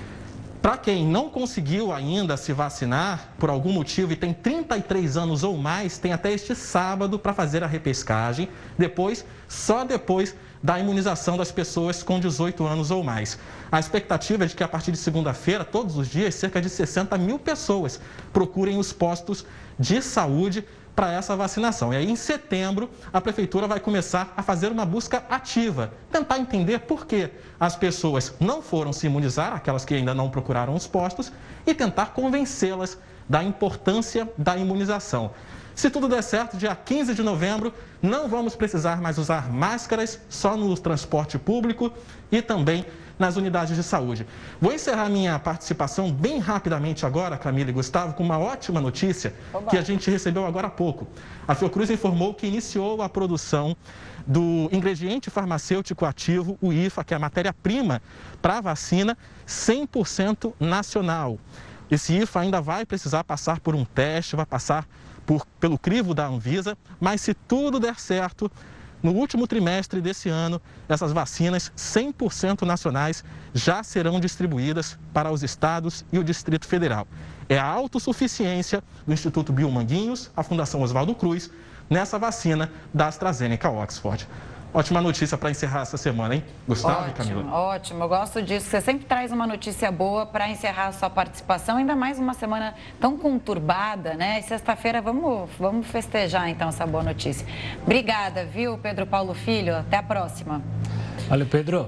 Para quem não conseguiu ainda se vacinar por algum motivo e tem trinta e três anos ou mais, tem até este sábado para fazer a repescagem, depois, só depois da imunização das pessoas com dezoito anos ou mais. A expectativa é de que a partir de segunda-feira, todos os dias, cerca de sessenta mil pessoas procurem os postos de saúde para essa vacinação. E aí, em setembro, a Prefeitura vai começar a fazer uma busca ativa, tentar entender por que as pessoas não foram se imunizar, aquelas que ainda não procuraram os postos, e tentar convencê-las da importância da imunização. Se tudo der certo, dia quinze de novembro, não vamos precisar mais usar máscaras, só no transporte público e também nas unidades de saúde. Vou encerrar minha participação bem rapidamente agora, Camila e Gustavo, com uma ótima notícia que a gente recebeu agora há pouco. A Fiocruz informou que iniciou a produção do ingrediente farmacêutico ativo, o I F A, que é a matéria-prima para a vacina, cem por cento nacional. Esse I F A ainda vai precisar passar por um teste, vai passar por, pelo crivo da Anvisa, mas se tudo der certo, no último trimestre desse ano, essas vacinas cem por cento nacionais já serão distribuídas para os estados e o Distrito Federal. É a autossuficiência do Instituto Biomanguinhos, a Fundação Oswaldo Cruz, nessa vacina da AstraZeneca Oxford. Ótima notícia para encerrar essa semana, hein, Gustavo e Camila? Ótimo, eu gosto disso. Você sempre traz uma notícia boa para encerrar a sua participação, ainda mais uma semana tão conturbada, né? E sexta-feira vamos, vamos festejar, então, essa boa notícia. Obrigada, viu, Pedro Paulo Filho? Até a próxima. Valeu, Pedro.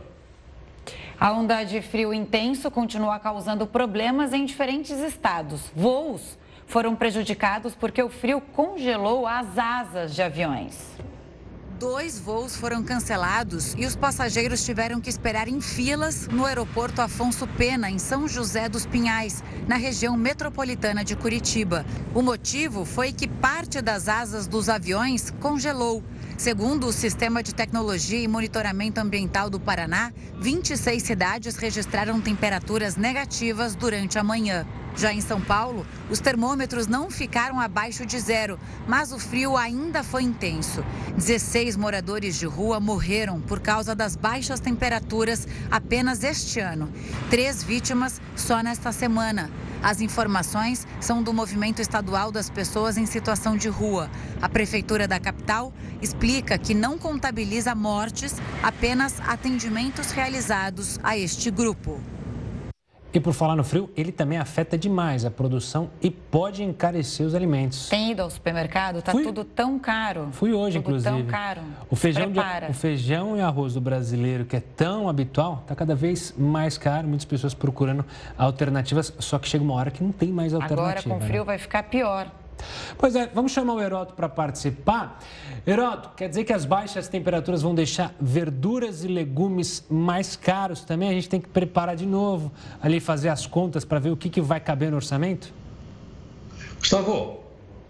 A onda de frio intenso continua causando problemas em diferentes estados. Voos foram prejudicados porque o frio congelou as asas de aviões. Dois voos foram cancelados e os passageiros tiveram que esperar em filas no aeroporto Afonso Pena, em São José dos Pinhais, na região metropolitana de Curitiba. O motivo foi que parte das asas dos aviões congelou. Segundo o Sistema de Tecnologia e Monitoramento Ambiental do Paraná, vinte e seis cidades registraram temperaturas negativas durante a manhã. Já em São Paulo, os termômetros não ficaram abaixo de zero, mas o frio ainda foi intenso. dezesseis moradores de rua morreram por causa das baixas temperaturas apenas este ano. Três vítimas só nesta semana. As informações são do Movimento Estadual das Pessoas em Situação de Rua. A Prefeitura da capital explica que não contabiliza mortes, apenas atendimentos realizados a este grupo. E por falar no frio, ele também afeta demais a produção e pode encarecer os alimentos. Tem ido ao supermercado? Tá Fui. tudo tão caro. Fui hoje, tudo inclusive. tão caro. O feijão, de, o feijão e arroz do brasileiro, que é tão habitual, está cada vez mais caro. Muitas pessoas procurando alternativas, só que chega uma hora que não tem mais alternativa. Agora com frio, né? Vai ficar pior. Pois é, vamos chamar o Heródoto para participar. Heródoto, quer dizer que as baixas temperaturas vão deixar verduras e legumes mais caros também? A gente tem que preparar de novo, ali fazer as contas para ver o que, que vai caber no orçamento? Gustavo,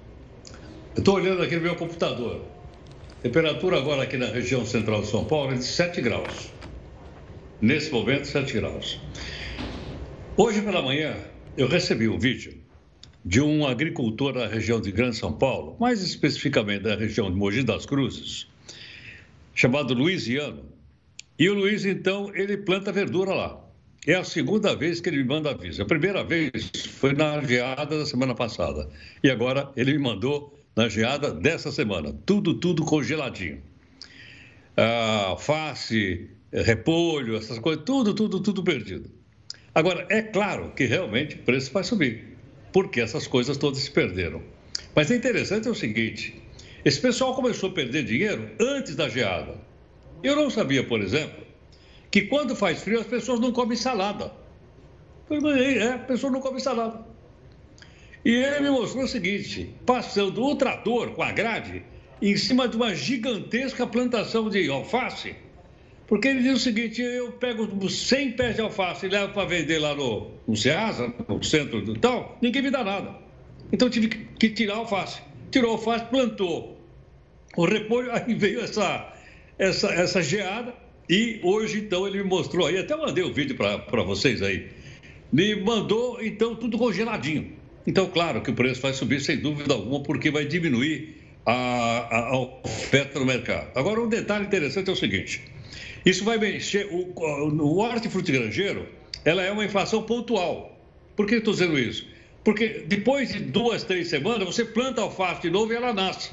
eu estou olhando aqui no meu computador. Temperatura agora aqui na região central de São Paulo é de sete graus. Nesse momento, sete graus. Hoje pela manhã, eu recebi um vídeo de um agricultor da região de Grande São Paulo, mais especificamente da região de Mogi das Cruzes, chamado Luiziano, E o Luiz, então, ele planta verdura lá. É a segunda vez que ele me manda aviso. A primeira vez foi na geada da semana passada. E agora ele me mandou na geada dessa semana. Tudo, tudo congeladinho. Ah, alface, repolho, essas coisas, tudo, tudo, tudo perdido. Agora, é claro que realmente o preço vai subir, porque essas coisas todas se perderam. Mas é interessante é o seguinte, esse pessoal começou a perder dinheiro antes da geada. Eu não sabia, por exemplo, que quando faz frio as pessoas não comem salada. É, a pessoa não come salada. E ele me mostrou o seguinte, passando o trator com a grade em cima de uma gigantesca plantação de alface, porque ele diz o seguinte, eu pego cem pés de alface e levo para vender lá no, no Ceasa, no centro do tal, ninguém me dá nada. Então tive que tirar a alface. Tirou a alface, plantou o repolho, aí veio essa, essa, essa geada. E hoje, então, ele me mostrou aí, até mandei o vídeo para vocês aí, me mandou, então, tudo congeladinho. Então, claro que o preço vai subir, sem dúvida alguma, porque vai diminuir a, a, a oferta no mercado. Agora, um detalhe interessante é o seguinte, isso vai mexer, o, o hortifruti granjeiro, ela é uma inflação pontual. Por que eu estou dizendo isso? Porque depois de duas, três semanas, você planta a alface de novo e ela nasce.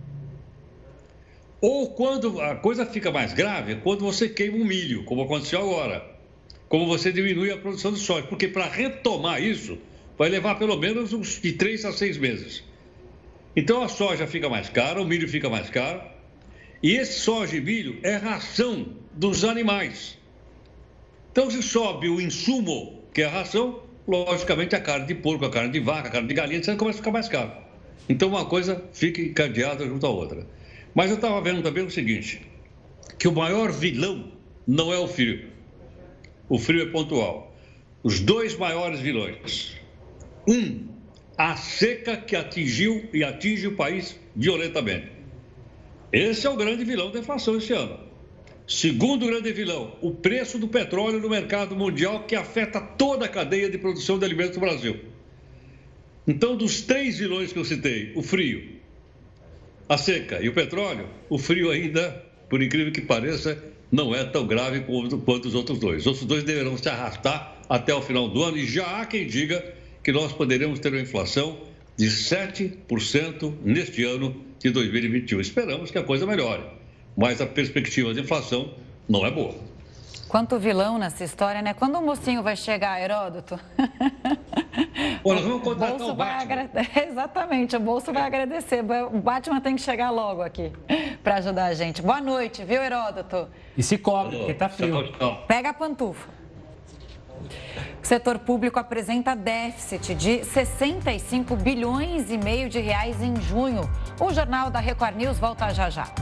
Ou quando a coisa fica mais grave, quando você queima o milho, como aconteceu agora. Como você diminui a produção de soja. Porque para retomar isso, vai levar pelo menos uns de três a seis meses. Então a soja fica mais cara, o milho fica mais caro. E esse soja e milho é ração dos animais. Então se sobe o insumo, que é a ração, logicamente a carne de porco, a carne de vaca, a carne de galinha, você começa a ficar mais caro. Então uma coisa fica encadeada junto à outra. Mas eu estava vendo também o seguinte, que o maior vilão não é o frio. O frio é pontual. Os dois maiores vilões. Um, a seca que atingiu e atinge o país violentamente. Esse é o grande vilão da inflação esse ano. Segundo grande vilão, o preço do petróleo no mercado mundial que afeta toda a cadeia de produção de alimentos no Brasil. Então, dos três vilões que eu citei, o frio, a seca e o petróleo, o frio ainda, por incrível que pareça, não é tão grave quanto os outros dois. Os outros dois deverão se arrastar até o final do ano e já há quem diga que nós poderemos ter uma inflação de sete por cento neste ano de dois mil e vinte e um. Esperamos que a coisa melhore, mas a perspectiva de inflação não é boa. Quanto vilão nessa história, né? Quando o mocinho vai chegar, Heródoto? Pô, nós vamos contratar o bolso o vai Batman. agra... Exatamente, o bolso vai agradecer. O Batman tem que chegar logo aqui para ajudar a gente. Boa noite, viu, Heródoto? E se cobre, porque tá frio. Pega a pantufa. O setor público apresenta déficit de sessenta e cinco bilhões e meio de reais em junho. O Jornal da Record News volta já já.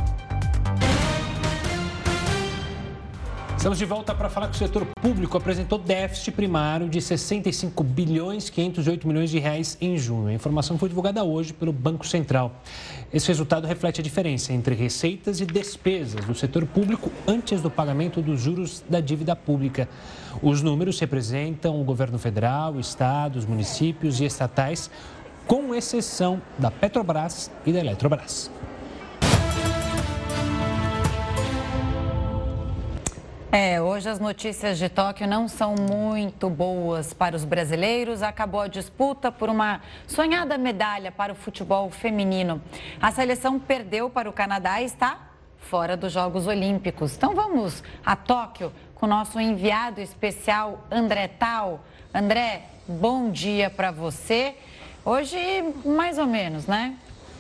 Estamos de volta para falar que o setor público apresentou déficit primário de sessenta e cinco bilhões quinhentos e oito milhões de reais em junho. A informação foi divulgada hoje pelo Banco Central. Esse resultado reflete a diferença entre receitas e despesas do setor público antes do pagamento dos juros da dívida pública. Os números representam o governo federal, estados, municípios e estatais, com exceção da Petrobras e da Eletrobras. É, hoje as notícias de Tóquio não são muito boas para os brasileiros. Acabou a disputa por uma sonhada medalha para o futebol feminino. A seleção perdeu para o Canadá e está fora dos Jogos Olímpicos. Então vamos a Tóquio com o nosso enviado especial André Tal. André, bom dia para você. Hoje, mais ou menos, né?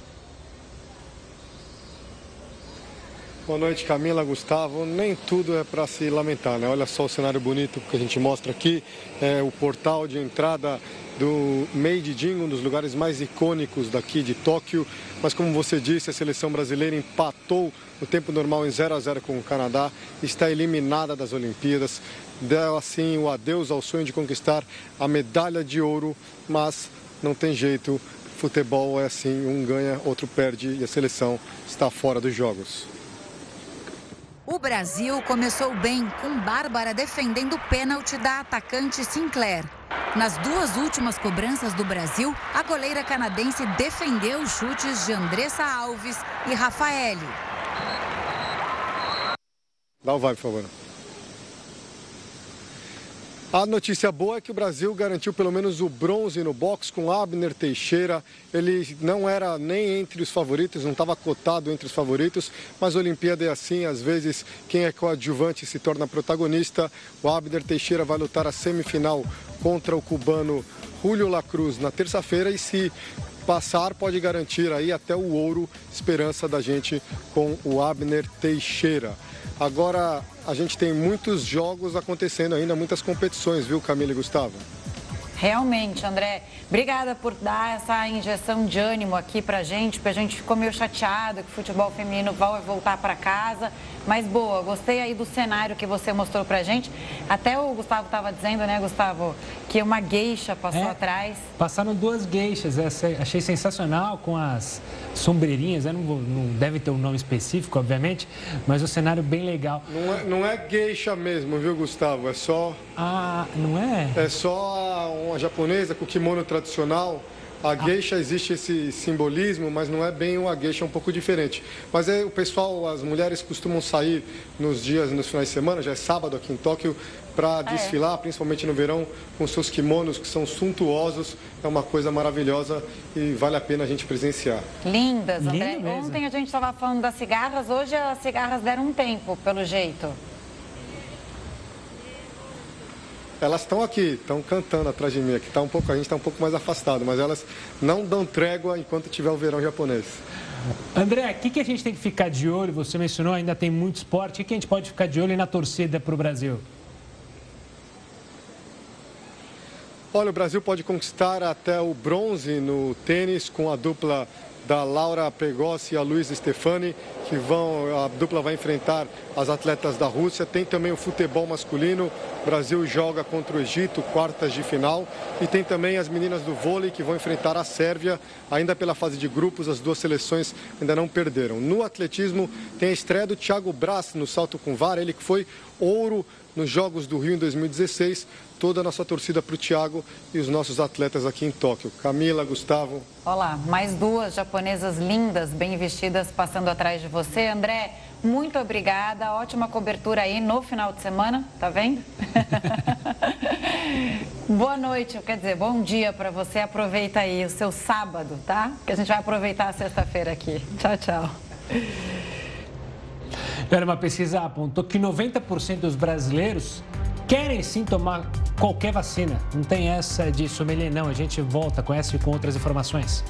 Boa noite, Camila, Gustavo. Nem tudo é para se lamentar, né? Olha só o cenário bonito que a gente mostra aqui. É o portal de entrada do Meiji-jin, um dos lugares mais icônicos daqui de Tóquio. Mas como você disse, a seleção brasileira empatou no tempo normal em zero a zero com o Canadá. Está eliminada das Olimpíadas. Deu assim o adeus ao sonho de conquistar a medalha de ouro, mas não tem jeito. Futebol é assim, um ganha, outro perde e a seleção está fora dos jogos. O Brasil começou bem, com Bárbara defendendo o pênalti da atacante Sinclair. Nas duas últimas cobranças do Brasil, a goleira canadense defendeu os chutes de Andressa Alves e Rafaele. Dá o vai, por favor. A notícia boa é que o Brasil garantiu pelo menos o bronze no boxe com Abner Teixeira. Ele não era nem entre os favoritos, não estava cotado entre os favoritos, mas a Olimpíada é assim, às vezes quem é coadjuvante se torna protagonista. O Abner Teixeira vai lutar a semifinal contra o cubano Julio Lacruz na terça-feira e se passar pode garantir aí até o ouro, esperança da gente com o Abner Teixeira. Agora, a gente tem muitos jogos acontecendo ainda, muitas competições, viu, Camila e Gustavo? Realmente, André. Obrigada por dar essa injeção de ânimo aqui pra gente, porque a gente ficou meio chateado que o futebol feminino vai voltar para casa. Mas boa, gostei aí do cenário que você mostrou pra gente. Até o Gustavo estava dizendo, né, Gustavo, que uma geisha passou é, atrás. Passaram duas geishas, achei sensacional com as sombreirinhas, né? não, vou, não deve ter um nome específico, obviamente, mas o cenário bem legal. Não é, não é geisha mesmo, viu, Gustavo? É só... Ah, não é? É só uma japonesa com kimono tradicional. A geisha, existe esse simbolismo, mas não é bem uma geisha, é um pouco diferente. Mas é, o pessoal, as mulheres costumam sair nos dias, nos finais de semana, já é sábado aqui em Tóquio, para desfilar, é. principalmente no verão, com seus kimonos que são suntuosos. É uma coisa maravilhosa e vale a pena a gente presenciar. Lindas, André. Lindo Ontem a gente estava falando das cigarras, hoje as cigarras deram um tempo, pelo jeito. Elas estão aqui, estão cantando atrás de mim. Aqui tá um pouco, a gente está um pouco mais afastado, mas elas não dão trégua enquanto tiver o verão japonês. André, o que, que a gente tem que ficar de olho? Você mencionou, ainda tem muito esporte. O que, que a gente pode ficar de olho na torcida para o Brasil? Olha, o Brasil pode conquistar até o bronze no tênis com a dupla da Laura Pigossi e a Luísa Stefani, que vão, a dupla vai enfrentar as atletas da Rússia. Tem também o futebol masculino, o Brasil joga contra o Egito, quartas de final. E tem também as meninas do vôlei que vão enfrentar a Sérvia, ainda pela fase de grupos, as duas seleções ainda não perderam. No atletismo tem a estreia do Thiago Braz no salto com vara, ele que foi ouro nos Jogos do Rio em dois mil e dezesseis. Toda a nossa torcida para o Thiago e os nossos atletas aqui em Tóquio. Camila, Gustavo. Olá, mais duas japonesas lindas, bem vestidas, passando atrás de você. André, muito obrigada. Ótima cobertura aí no final de semana, tá vendo? Boa noite, quer dizer, bom dia para você. Aproveita aí o seu sábado, tá? Que a gente vai aproveitar a sexta-feira aqui. Tchau, tchau. Era uma pesquisa apontou que noventa por cento dos brasileiros querem sim tomar qualquer vacina. Não tem essa de sommelier, não. A gente volta com essa e com outras informações.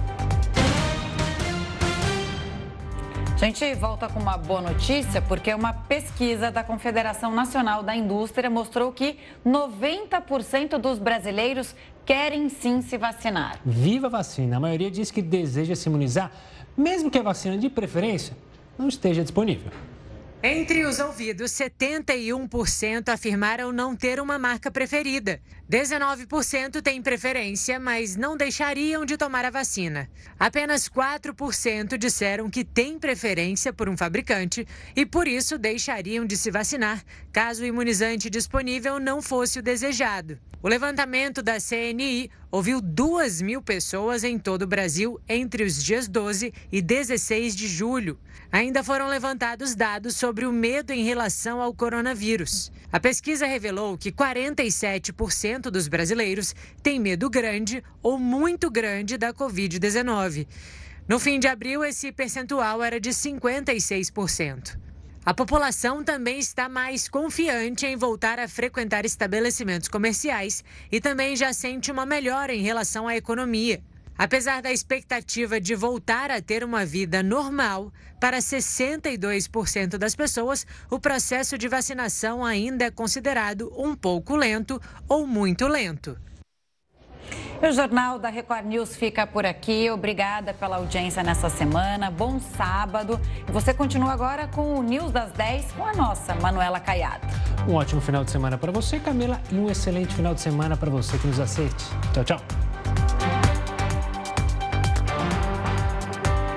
A gente volta com uma boa notícia, porque uma pesquisa da Confederação Nacional da Indústria mostrou que noventa por cento dos brasileiros querem sim se vacinar. Viva a vacina! A maioria diz que deseja se imunizar, mesmo que a vacina de preferência não esteja disponível. Entre os ouvidos, setenta e um por cento afirmaram não ter uma marca preferida. dezenove por cento têm preferência, mas não deixariam de tomar a vacina. Apenas quatro por cento disseram que têm preferência por um fabricante e, por isso, deixariam de se vacinar, caso o imunizante disponível não fosse o desejado. O levantamento da C N I ouviu duas mil pessoas em todo o Brasil entre os dias doze e dezesseis de julho. Ainda foram levantados dados sobre o medo em relação ao coronavírus. A pesquisa revelou que quarenta e sete por cento dos brasileiros têm medo grande ou muito grande da covid dezenove. No fim de abril, esse percentual era de cinquenta e seis por cento. A população também está mais confiante em voltar a frequentar estabelecimentos comerciais e também já sente uma melhora em relação à economia. Apesar da expectativa de voltar a ter uma vida normal, para sessenta e dois por cento das pessoas, o processo de vacinação ainda é considerado um pouco lento ou muito lento. O Jornal da Record News fica por aqui. Obrigada pela audiência nessa semana. Bom sábado. E você continua agora com o News das dez com a nossa Manuela Caiado. Um ótimo final de semana para você, Camila, e um excelente final de semana para você que nos assiste. Tchau, tchau.